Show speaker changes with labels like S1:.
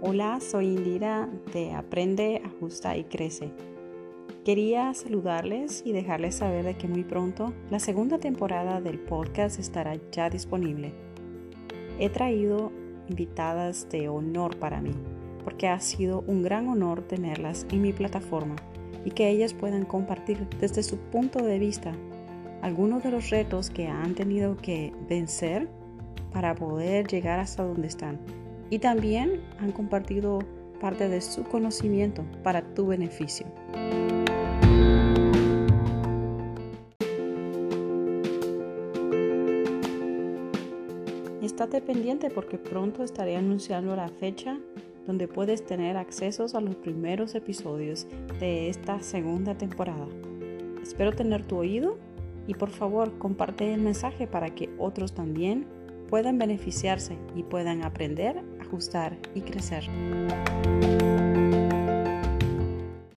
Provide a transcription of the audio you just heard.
S1: Hola, soy Indira de Aprende, Ajusta y Crece. Quería saludarles y dejarles saber de que muy pronto la segunda temporada del podcast estará ya disponible. He traído invitadas de honor para mí, porque ha sido un gran honor tenerlas en mi plataforma y que ellas puedan compartir desde su punto de vista algunos de los retos que han tenido que vencer para poder llegar hasta donde están. Y también han compartido parte de su conocimiento para tu beneficio. Estate pendiente porque pronto estaré anunciando la fecha donde puedes tener accesos a los primeros episodios de esta segunda temporada. Espero tener tu oído y por favor comparte el mensaje para que otros también puedan beneficiarse y puedan aprender, ajustar y crecer.